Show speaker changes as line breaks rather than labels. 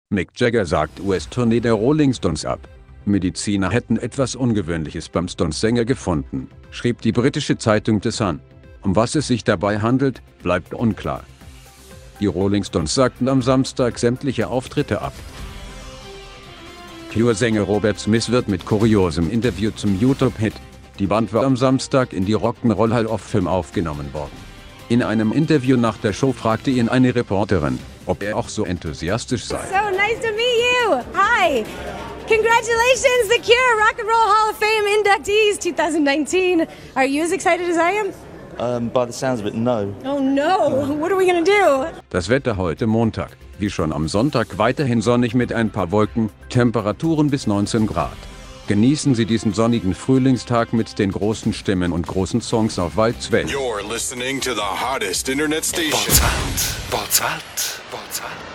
Mick Jagger sagt US-Tournee der Rolling Stones ab. Mediziner hätten etwas Ungewöhnliches beim Stones-Sänger gefunden, schrieb die britische Zeitung The Sun. Um was es sich dabei handelt, bleibt unklar. Die Rolling Stones sagten am Samstag sämtliche Auftritte ab. Cure-Sänger Robert Smith wird mit kuriosem Interview zum YouTube-Hit. Die Band war am Samstag in die Rock'n'Roll Hall of Fame aufgenommen worden. In einem Interview nach der Show fragte ihn eine Reporterin, ob er auch so enthusiastisch sei.
So nice to meet you. Hi. Congratulations, the Cure Rock and Roll Hall of Fame inductees 2019. Are you as excited as I am?
By the sounds of it, no.
Oh no, what are we gonna do?
Das Wetter heute Montag, wie schon am Sonntag, weiterhin sonnig mit ein paar Wolken, Temperaturen bis 19 Grad. Genießen Sie diesen sonnigen Frühlingstag mit den großen Stimmen und großen Songs auf Wildswelt.
You're listening to the hottest internet station.
Botswelt.